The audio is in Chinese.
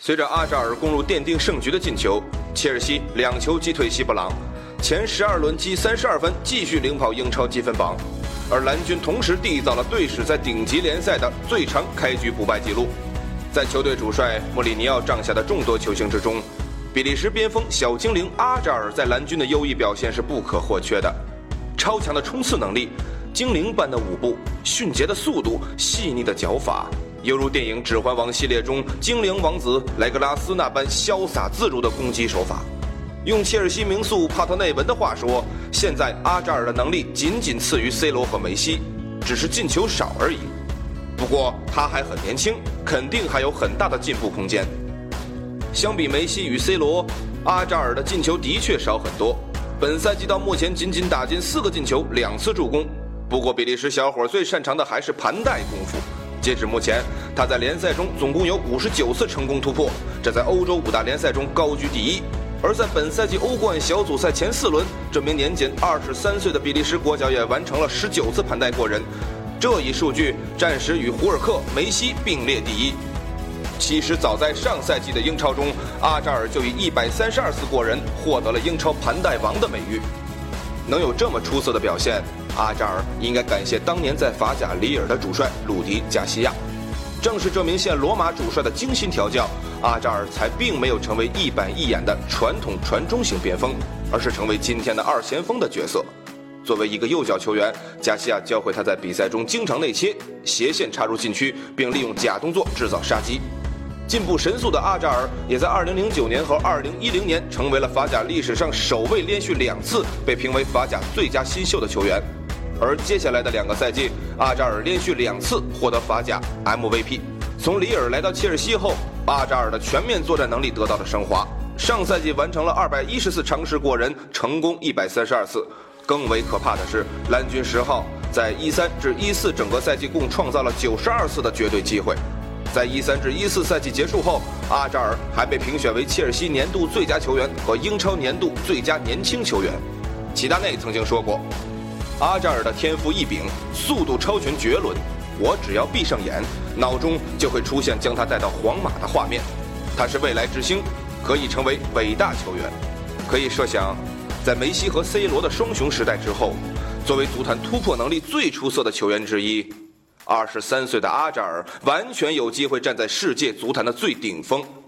随着阿扎尔攻入奠定胜局的进球，切尔西2球击退西布朗，前12轮积32分，继续领跑英超积分榜。而蓝军同时缔造了队史在顶级联赛的最长开局不败纪录。在球队主帅莫里尼奥帐下的众多球星之中，比利时边锋小精灵阿扎尔在蓝军的优异表现是不可或缺的。超强的冲刺能力，精灵般的舞步，迅捷的速度，细腻的脚法，犹如电影《指环王》系列中精灵王子莱格拉斯那般潇洒自如的攻击手法。用切尔西名宿帕特内文的话说，现在阿扎尔的能力仅仅次于 C 罗和梅西，只是进球少而已。不过他还很年轻，肯定还有很大的进步空间。相比梅西与 C 罗，阿扎尔的进球的确少很多。本赛季到目前仅仅打进4个进球，2次助攻。不过比利时小伙最擅长的还是盘带功夫。截止目前，他在联赛中总共有59次成功突破，这在欧洲5大联赛中高居第一。而在本赛季欧冠小组赛前4轮，这名年仅23岁的比利时国脚也完成了19次盘带过人，这一数据暂时与胡尔克、梅西并列第一。其实早在上赛季的英超中，阿扎尔就以132次过人获得了英超盘带王的美誉。能有这么出色的表现，阿扎尔应该感谢当年在法甲里尔的主帅鲁迪·加西亚。正是这名现罗马主帅的精心调教，阿扎尔才并没有成为一板一眼的传统传中型边锋，而是成为今天的2前锋的角色。作为一个右脚球员，加西亚教会他在比赛中经常内切、斜线插入禁区，并利用假动作制造杀机。进步神速的阿扎尔也在2009年和2010年成为了法甲历史上首位连续2次被评为法甲最佳新秀的球员。而接下来的2个赛季，阿扎尔连续2次获得法甲 MVP。从里尔来到切尔西后，阿扎尔的全面作战能力得到了升华。上赛季完成了214次尝试过人，成功132次。更为可怕的是，蓝军10号在13至14整个赛季共创造了92次的绝对机会。在13至14赛季结束后，阿扎尔还被评选为切尔西年度最佳球员和英超年度最佳年轻球员。齐达内曾经说过，阿扎尔的天赋异禀，速度超群绝伦，我只要闭上眼，脑中就会出现将他带到皇马的画面。他是未来之星，可以成为伟大球员。可以设想，在梅西和 C 罗的双雄时代之后，作为足坛突破能力最出色的球员之一，23岁的阿扎尔完全有机会站在世界足坛的最顶峰。